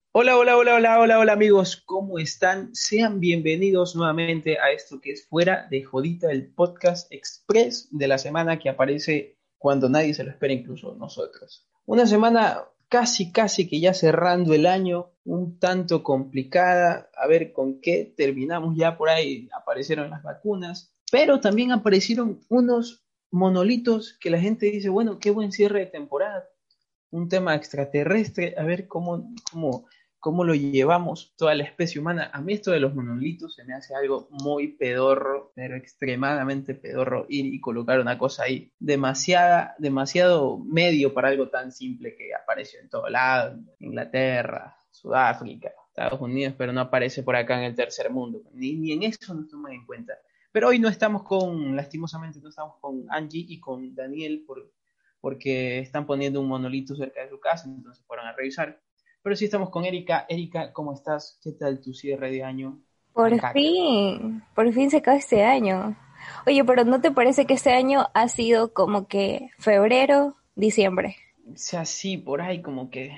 Hola, hola, hola, hola, hola, hola amigos, ¿cómo están? Sean bienvenidos nuevamente a esto que es Fuera de Jodita, el podcast express de la semana que aparece cuando nadie se lo espera, incluso nosotros. Una semana casi que ya cerrando el año, un tanto complicada, a ver con qué terminamos ya por ahí, aparecieron las vacunas, pero también aparecieron unos monolitos que la gente dice, bueno, qué buen cierre de temporada, un tema extraterrestre, a ver cómo lo llevamos toda la especie humana. A mí esto de los monolitos se me hace algo muy pedorro, pero extremadamente pedorro, ir y colocar una cosa ahí, demasiado medio para algo tan simple que apareció en todo lado, Inglaterra, Sudáfrica, Estados Unidos, pero no aparece por acá en el tercer mundo, ni en eso nos toman en cuenta. Pero hoy no estamos lastimosamente no estamos con Angie y con Daniel porque están poniendo un monolito cerca de su casa, entonces fueron a revisar. Pero sí estamos con Erika. Erika, ¿cómo estás? ¿Qué tal tu cierre de año? Tan caca. Por fin se acaba este año. Oye, pero ¿no te parece que este año ha sido como que febrero, diciembre? O sea, sí, por ahí como que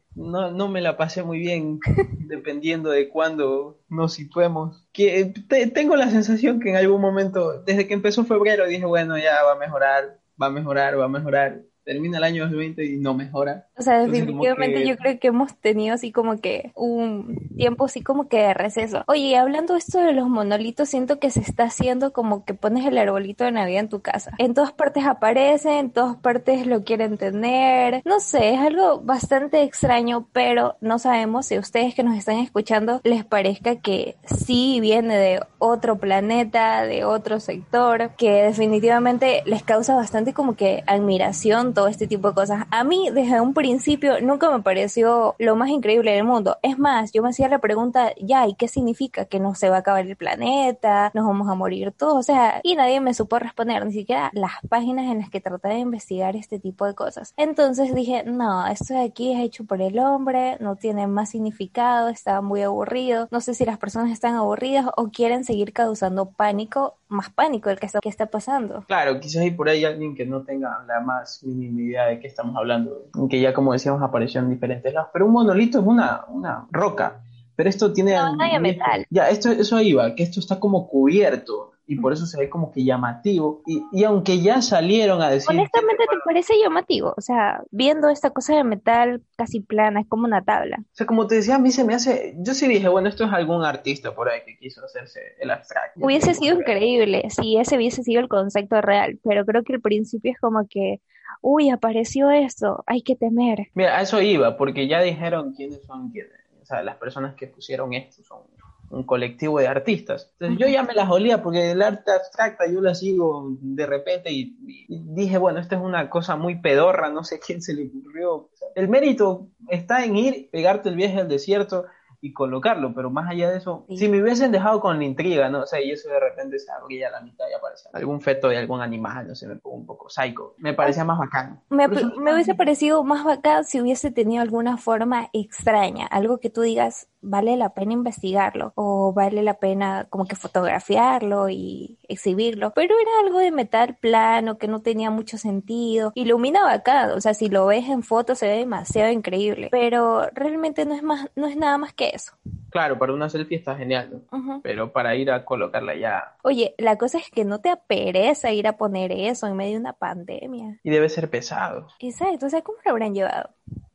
no me la pasé muy bien, dependiendo de cuándo nos situemos. Tengo la sensación que en algún momento, desde que empezó febrero, dije, bueno, ya va a mejorar, va a mejorar, va a mejorar. Termina el año 2020 y no mejora. O sea, Entonces como definitivamente que yo creo que hemos tenido así como que un tiempo así como que de receso. Oye, y hablando esto de los monolitos, siento que se está haciendo como que pones el arbolito de Navidad en tu casa. En todas partes aparece, en todas partes lo quieren tener. No sé, es algo bastante extraño, pero no sabemos si a ustedes que nos están escuchando les parezca que sí viene de otro planeta, de otro sector, que definitivamente les causa bastante como que admiración todo este tipo de cosas. A mí desde un principio nunca me pareció lo más increíble del mundo. Es más, yo me hacía la pregunta, ya, ¿y qué significa? ¿Que no se va a acabar el planeta? ¿Nos vamos a morir todos? O sea, y nadie me supo responder, ni siquiera las páginas en las que trataba de investigar este tipo de cosas. Entonces dije, no, esto de aquí es hecho por el hombre, no tiene más significado, estaba muy aburrido. No sé si las personas están aburridas o quieren seguir causando pánico, más pánico del que está pasando. claro, quizás hay por ahí alguien que no tenga la más mínima idea de qué estamos hablando, que ya como decíamos apareció en diferentes lados, pero un monolito es una roca, pero esto tiene, No, no hay metal. ya, eso iba, que esto está como cubierto y por eso se ve como que llamativo, y aunque ya salieron a decir que, Honestamente, ¿te parece llamativo? O sea, viendo esta cosa de metal casi plana, es como una tabla. o sea, como te decía, a mí se me hace, yo sí dije, bueno, esto es algún artista por ahí que quiso hacerse el abstracto. Hubiese sido increíble si ese hubiese sido el concepto real, pero creo que el principio es como que, uy, apareció esto, hay que temer. Mira, a eso iba, porque ya dijeron quiénes, o sea, las personas que pusieron esto son un colectivo de artistas. Entonces yo Ujú. ya me las olía porque el arte abstracta yo la sigo de repente y dije, bueno, esto es una cosa muy pedorra, no sé quién se le ocurrió. El mérito está en ir, pegarte el viaje al desierto y colocarlo, pero más allá de eso, si Sí. me hubiesen dejado con la intriga, ¿no? O sea, y eso de repente se abría la mitad y aparecía algún feto de algún animal, no sé, me pongo un poco psycho, me parecía más bacán. Pero eso no Me está. hubiese parecido más bacán si hubiese tenido alguna forma extraña, algo que tú digas, vale la pena investigarlo o vale la pena como que fotografiarlo y exhibirlo, pero era algo de metal plano que no tenía mucho sentido, ilumina bacán, o sea, si lo ves en foto se ve demasiado increíble, pero realmente no es más, no es nada más que eso. Claro, para una selfie está genial, ¿no? Ujú. Pero para ir a colocarla ya. Oye, la cosa es que no te apereza ir a poner eso en medio de una pandemia. Y debe ser pesado. Exacto, o sea, ¿cómo lo habrán llevado?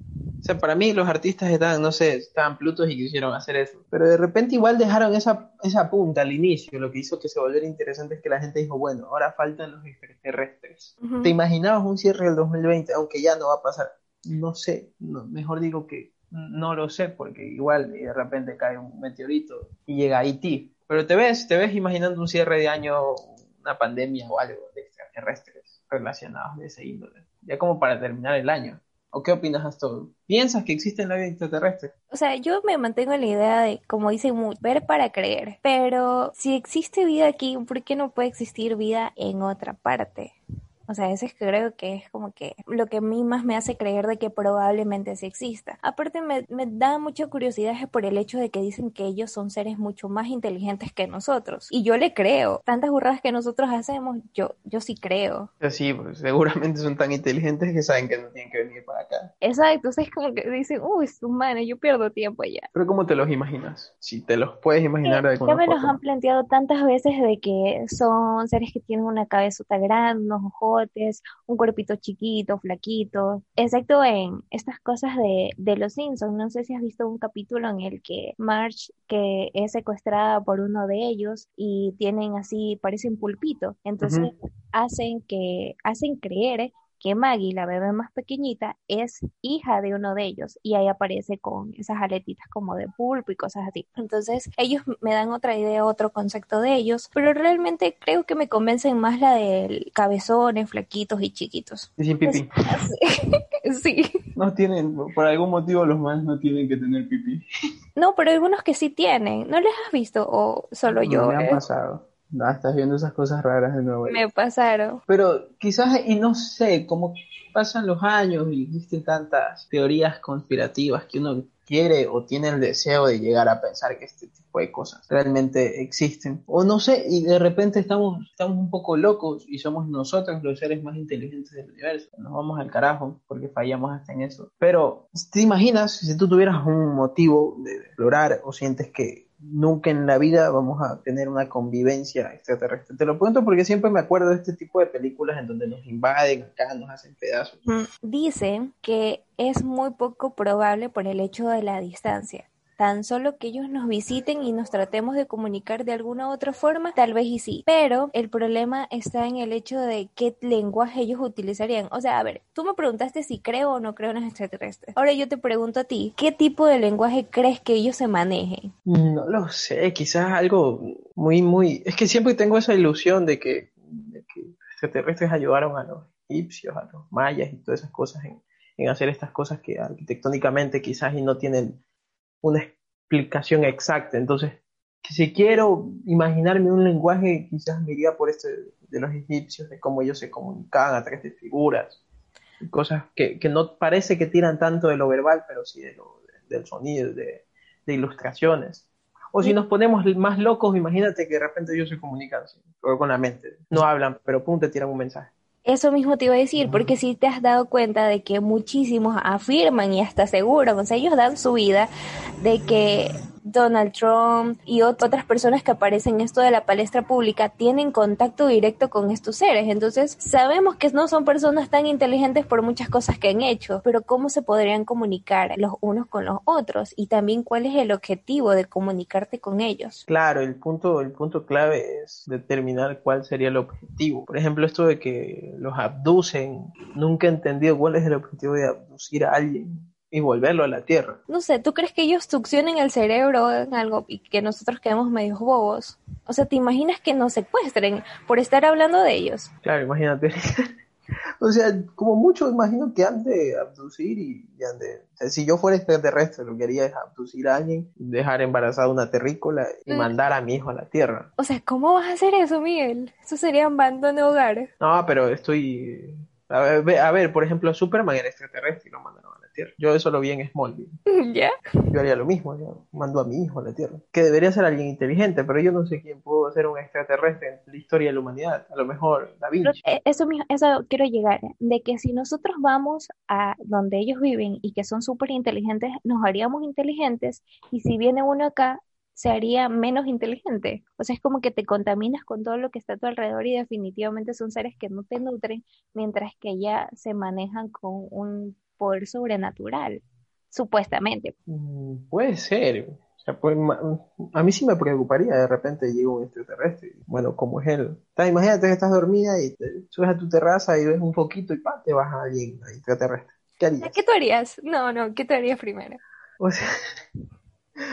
O sea, para mí los artistas estaban, no sé, estaban plutos y quisieron hacer eso. Pero de repente igual dejaron esa punta al inicio. Lo que hizo que se volviera interesante es que la gente dijo, bueno, ahora faltan los extraterrestres. ¿Te Ujú. imaginabas un cierre del 2020, aunque ya no va a pasar? No sé, mejor digo que no lo sé, porque igual de repente cae un meteorito y llega a Haití. Pero te ves imaginando un cierre de año, una pandemia o algo de extraterrestres relacionados de ese índole. Ya como para terminar el año. ¿O qué opinas de todo? ¿Piensas que existe la vida extraterrestre? O sea, yo me mantengo en la idea de, como dicen, ver para creer. Pero si existe vida aquí, ¿por qué no puede existir vida en otra parte? O sea, eso es que creo que es como que lo que a mí más me hace creer de que probablemente sí exista. Aparte me da mucha curiosidad es por el hecho de que dicen que ellos son seres mucho más inteligentes que nosotros. Y yo le creo. Tantas burradas que nosotros hacemos, yo sí creo. Pero sí, pues, seguramente son tan inteligentes que saben que no tienen que venir para acá. Exacto, o sea, es como que dicen, uy, es humano, yo pierdo tiempo allá. Pero ¿cómo te los imaginas? Si te los puedes imaginar de Ya alguna me los han forma. planteado tantas veces de que son seres que tienen una cabezota grande, unos ojotes, un cuerpito chiquito, flaquito, excepto en estas cosas de los Simpsons. No sé si has visto un capítulo en el que Marge, que es secuestrada por uno de ellos y tienen así, parecen pulpito. Entonces Ujú. hacen creer que Maggie, la bebé más pequeñita, es hija de uno de ellos y ahí aparece con esas aletitas como de pulpo y cosas así. Entonces ellos me dan otra idea, otro concepto de ellos, pero realmente creo que me convencen más la de cabezones, flaquitos y chiquitos. Y sin Pues, pipí. sí. No tienen, por algún motivo los más no tienen que tener pipí. No, pero algunos que sí tienen. ¿No les has visto? O solo No, yo, me han pasado. Ah, estás viendo esas cosas raras de nuevo ahí. me pasaron. Pero quizás, y no sé, como pasan los años y existen tantas teorías conspirativas que uno quiere o tiene el deseo de llegar a pensar que este tipo de cosas realmente existen. O no sé, y de repente estamos un poco locos y somos nosotros los seres más inteligentes del universo. Nos vamos al carajo porque fallamos hasta en eso. Pero, ¿te imaginas si tú tuvieras un motivo de explorar o sientes que nunca en la vida vamos a tener una convivencia extraterrestre? Te lo pregunto porque siempre me acuerdo de este tipo de películas en donde nos invaden acá, nos hacen pedazos. Dicen que es muy poco probable por el hecho de la distancia. Tan solo que ellos nos visiten y nos tratemos de comunicar de alguna u otra forma, tal vez y sí. Pero el problema está en el hecho de qué lenguaje ellos utilizarían. O sea, a ver, tú me preguntaste si creo o no creo en los extraterrestres. Ahora yo te pregunto a ti, ¿qué tipo de lenguaje crees que ellos se manejen? No lo sé, quizás algo muy... Es que siempre tengo esa ilusión de que extraterrestres ayudaron a los egipcios, a los mayas y todas esas cosas en hacer estas cosas que arquitectónicamente quizás y no tienen una explicación exacta. Entonces, que si quiero imaginarme un lenguaje, quizás me iría por este de los egipcios, de cómo ellos se comunicaban a través de figuras y cosas que no parece que tiran tanto de lo verbal, pero sí del sonido, de ilustraciones. O si nos ponemos más locos, imagínate que de repente ellos se comunican sí, pero con la mente. No hablan, pero pum, te tiran un mensaje. Eso mismo te iba a decir, porque si te has dado cuenta de que muchísimos afirman y hasta aseguran, o sea, ellos dan su vida de que Donald Trump y otras personas que aparecen en esto de la palestra pública tienen contacto directo con estos seres. Entonces, sabemos que no son personas tan inteligentes por muchas cosas que han hecho, pero ¿cómo se podrían comunicar los unos con los otros? Y también, ¿cuál es el objetivo de comunicarte con ellos? Claro, el punto clave es determinar cuál sería el objetivo. Por ejemplo, esto de que los abducen, nunca he entendido cuál es el objetivo de abducir a alguien y volverlo a la Tierra. No sé, ¿tú crees que ellos succionen el cerebro en algo y que nosotros quedemos medios bobos? O sea, ¿te imaginas que nos secuestren por estar hablando de ellos? Claro, imagínate. O sea, como mucho imagino que han de abducir y han de... O sea, si yo fuera extraterrestre, lo que haría es abducir a alguien, dejar embarazada una terrícola y Mm, mandar a mi hijo a la Tierra. O sea, ¿cómo vas a hacer eso, Miguel? Eso sería abandono de hogar. No, pero estoy... A ver, por ejemplo, Superman era extraterrestre y lo mandaron a la Tierra. Yo eso lo vi en Smallville. ¿Ya? Yo haría lo mismo, yo mando a mi hijo a la Tierra. Que debería ser alguien inteligente, pero yo no sé quién pudo ser un extraterrestre en la historia de la humanidad. A lo mejor Da Pero, Vinci. eso quiero llegar, de que si nosotros vamos a donde ellos viven y que son súper inteligentes, nos haríamos inteligentes y si viene uno acá, se haría menos inteligente. O sea, es como que te contaminas con todo lo que está a tu alrededor y definitivamente son seres que no te nutren, mientras que ya se manejan con un poder sobrenatural, supuestamente. Puede ser. O sea, a mí sí me preocuparía de repente llega un extraterrestre. Bueno, como es él. Imagínate que estás dormida y te subes a tu terraza y ves un poquito y ¡pam! Te baja alguien extraterrestre. ¿Qué ¿Qué harías? tú harías? No, ¿qué tú harías primero? O sea,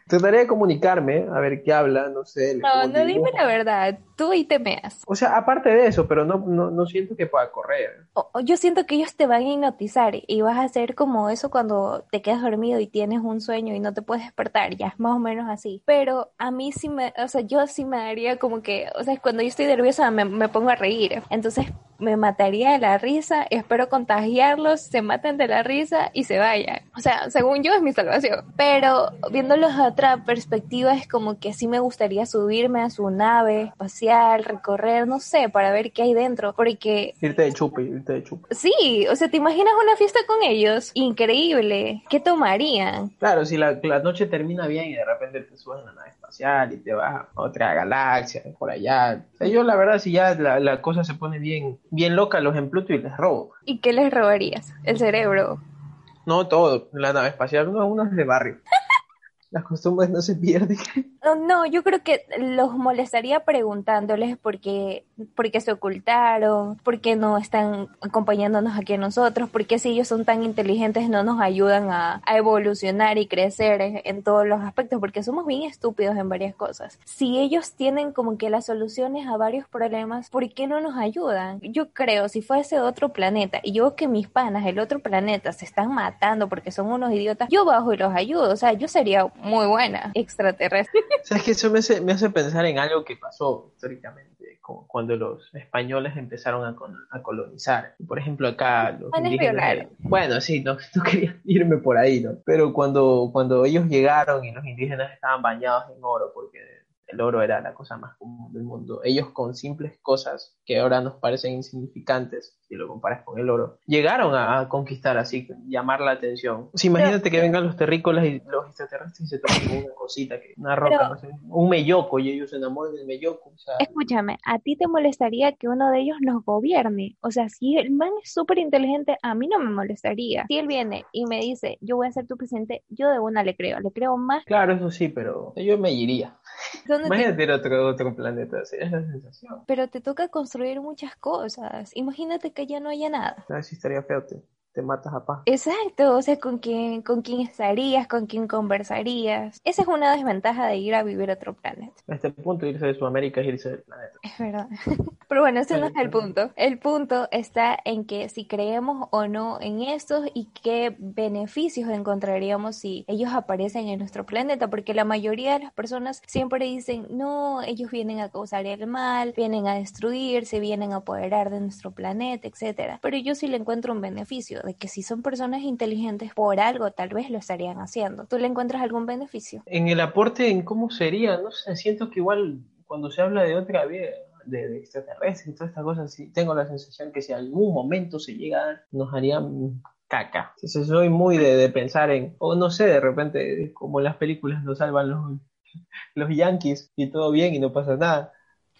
Trataré de comunicarme, a ver qué habla, no sé, le No, tomo un no, dime dibujo. la verdad, tú y te meas. O sea, aparte de eso, pero no siento que pueda correr. O yo siento que ellos te van a hipnotizar y vas a hacer como eso cuando te quedas dormido y tienes un sueño y no te puedes despertar, ya es más o menos así. Pero a mí sí o sea, yo sí me daría como que, o sea, cuando yo estoy nerviosa me pongo a reír. Entonces me mataría de la risa, espero contagiarlos, se maten de la risa y se vayan. O sea, según yo es mi salvación. Pero viéndolos a otra perspectiva es como que sí me gustaría subirme a su nave espacial, recorrer, no sé, para ver qué hay dentro, porque Irte de chupe. sí, o sea, ¿te imaginas una fiesta con ellos? Increíble. ¿Qué tomarían? Claro, si la noche termina bien y de repente te subes a una nave espacial y te vas a otra galaxia, por allá. O sea, yo la verdad, si ya la cosa se pone bien loca, los empluto y les robo. ¿Y qué les robarías? El cerebro. No todo, la nave espacial, no, uno es de barrio. Las costumbres no se pierden. No, no, yo creo que los molestaría preguntándoles por qué se ocultaron, por qué no están acompañándonos aquí a nosotros, por qué si ellos son tan inteligentes no nos ayudan a evolucionar y crecer en todos los aspectos, porque somos bien estúpidos en varias cosas. Si ellos tienen como que las soluciones a varios problemas, ¿por qué no nos ayudan? Yo creo, si fuese otro planeta y yo veo que mis panas del otro planeta se están matando porque son unos idiotas, yo bajo y los ayudo, o sea, yo sería muy buena extraterrestre. ¿Sabes que eso me hace pensar en algo que pasó históricamente, como cuando los españoles empezaron a colonizar? Por ejemplo, acá los Manes indígenas, violaron. bueno, sí, no quería irme por ahí, ¿no? Pero cuando ellos llegaron y los indígenas estaban bañados en oro, porque el oro era la cosa más común del mundo, ellos con simples cosas que ahora nos parecen insignificantes, si lo comparas con el oro, llegaron a conquistar así, llamar la atención. O sea, Pero, imagínate que vengan los terrícolas y los extraterrestres y se tomen una cosita, una roca, pero no sé, un melloco, y ellos se enamoran del melloco. O sea, escúchame, ¿a ti te molestaría que uno de ellos nos gobierne? O sea, si el man es súper inteligente, a mí no me molestaría. Si él viene y me dice, yo voy a ser tu presidente, yo de una le creo más. claro, eso sí, pero yo me iría. ¿Dónde te... Imagínate ir a otro planeta, así, es la sensación. Pero te toca construir muchas cosas. Imagínate que ya no haya nada. A ver si estaría feo, te matas a paz. Exacto, o sea, con quién estarías, con quién conversarías. Esa es una desventaja de ir a vivir a otro planeta. A este punto, irse de Sudamérica es irse del planeta. Es verdad. Pero bueno, ese no es el Pero, punto. El punto está en que si creemos o no en estos y qué beneficios encontraríamos si ellos aparecen en nuestro planeta, porque la mayoría de las personas siempre dicen, no, ellos vienen a causar el mal, vienen a destruir, se vienen a apoderar de nuestro planeta, etcétera. Pero yo sí le encuentro un beneficio de que si son personas inteligentes por algo, tal vez lo estarían haciendo. ¿Tú le encuentras algún beneficio? en el aporte, en cómo sería, no sé, siento que igual cuando se habla de otra vida, de extraterrestres y todas estas cosas, sí, tengo la sensación que si algún momento se llega a dar, nos harían caca. Entonces soy muy de pensar en, o no sé, de repente, como en las películas nos salvan los yankees y todo bien y no pasa nada,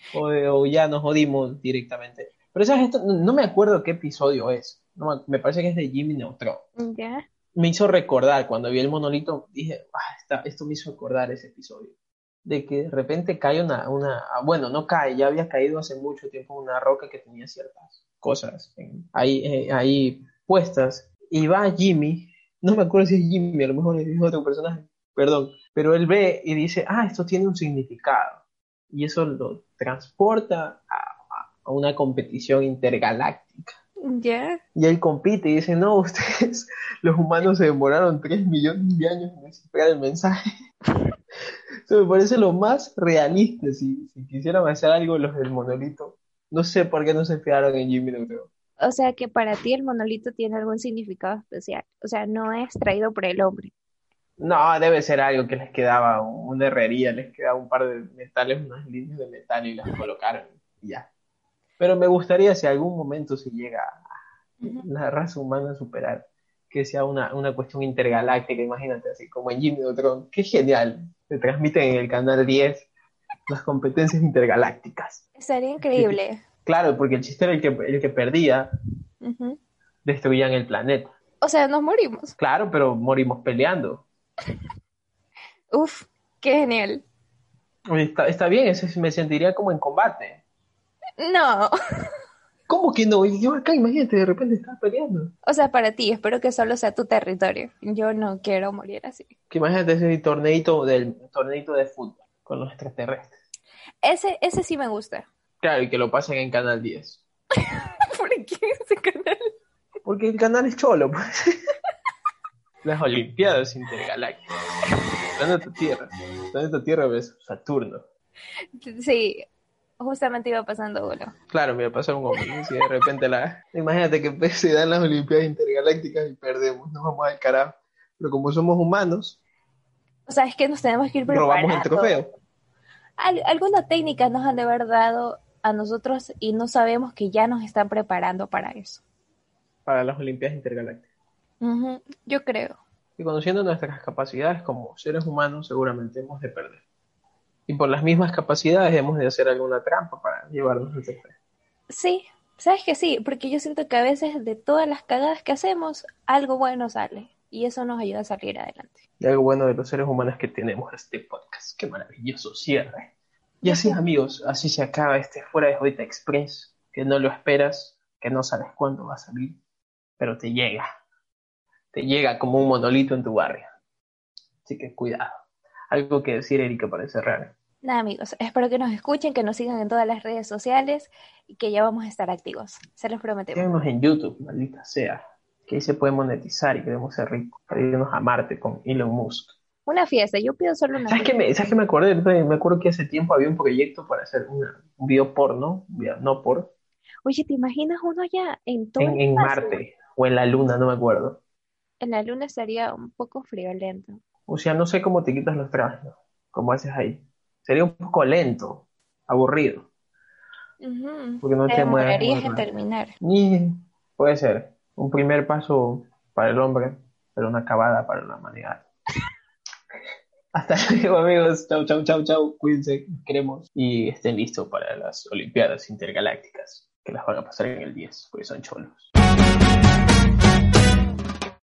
o ya nos jodimos directamente. Pero sabes, esto, no me acuerdo qué episodio es, no me parece que es de Jimmy Neutron. Ya. Me hizo recordar, cuando vi el monolito, dije, esto me hizo recordar ese episodio, de que de repente cae bueno, no cae, ya había caído hace mucho tiempo una roca que tenía ciertas cosas ahí puestas, y va Jimmy, no me acuerdo si es Jimmy, a lo mejor es otro personaje, perdón, pero él ve y dice, esto tiene un significado, y eso lo transporta a una competición intergaláctica. Ya. Y él compite y dice, no, ustedes, los humanos se demoraron 3 millones de años en descifrar el mensaje. Eso me parece lo más realista. Si quisieran hacer algo los del monolito, no sé por qué no se fijaron en Jimmy Neutron. O sea que para ti el monolito tiene algún significado especial. O sea, no es traído por el hombre. No, debe ser algo que les quedaba, una herrería, les quedaba un par de metales, unas líneas de metal y las colocaron y ya. Pero me gustaría si algún momento se llega a Ujú. la raza humana a superar, que sea una cuestión intergaláctica, imagínate, así como en Jimmy Neutron. Qué genial. Se transmiten en el canal 10 las competencias intergalácticas. Sería Que- increíble. claro, porque el chiste era el que perdía, Ujú. destruían el planeta. O sea, nos morimos. Claro, pero morimos peleando. Uf, qué genial. Oye, está bien, me sentiría como en combate. No, ¿Cómo que no? Y yo acá, imagínate, de repente estás peleando. O sea, para ti, espero que solo sea tu territorio. Yo no quiero morir así. Que imagínate ese torneito de fútbol con los extraterrestres. Ese sí me gusta. Claro, y que lo pasen en Canal 10. ¿Por qué ese canal? Porque el canal es cholo, pues. Las Olimpiadas Intergalácticas. Planeta Tierra ves Saturno. Sí, justamente iba pasando uno. Claro, mira, pasar un hombre. Si de repente imagínate que pues, se dan las Olimpiadas Intergalácticas y perdemos, nos vamos al carajo. Pero como somos humanos, O sea, es que nos tenemos que ir robamos el preparando. trofeo Alguna técnica nos han de haber dado a nosotros y no sabemos que ya nos están preparando para eso. para las Olimpiadas Intergalácticas. Ujú, yo creo. Y conociendo nuestras capacidades como seres humanos, seguramente hemos de perder. Y por las mismas capacidades hemos de hacer alguna trampa para llevarnos el trofeo. Sí, sabes que sí, porque yo siento que a veces de todas las cagadas que hacemos, algo bueno sale y eso nos ayuda a salir adelante. Y algo bueno de los seres humanos que tenemos este podcast. Qué maravilloso cierre. Y así, amigos, así se acaba este Fuera de Jodita Express, que no lo esperas, que no sabes cuándo va a salir, pero te llega. Te llega como un monolito en tu barrio. Así que cuidado. Algo que decir, Erika, para cerrar. Nada, amigos, espero que nos escuchen, que nos sigan en todas las redes sociales y que ya vamos a estar activos. Se los prometemos. Síganos en YouTube, maldita sea. Que ahí se puede monetizar y queremos ser ricos. Para irnos a Marte con Elon Musk. Una fiesta, yo pido solo una ¿Sabes fiesta. qué me acordé? Me acuerdo que hace tiempo había un proyecto para hacer un video porno, no por, Oye, ¿te imaginas uno ya en todo el en espacio? Marte o en la Luna, no me acuerdo. En la luna estaría un poco friolento. O sea, no sé cómo te quitas los trajes, ¿no? Como haces ahí. Sería un poco lento, aburrido, Ujú. porque no Te te mueves muy demorarías en rápido. terminar. Y puede ser un primer paso para el hombre, pero una acabada para la humanidad. Hasta luego, amigos. Chau, chau, chau, chau. Cuídense, nos queremos. Y estén listos para las Olimpiadas Intergalácticas, que las van a pasar en el 10, porque son cholos.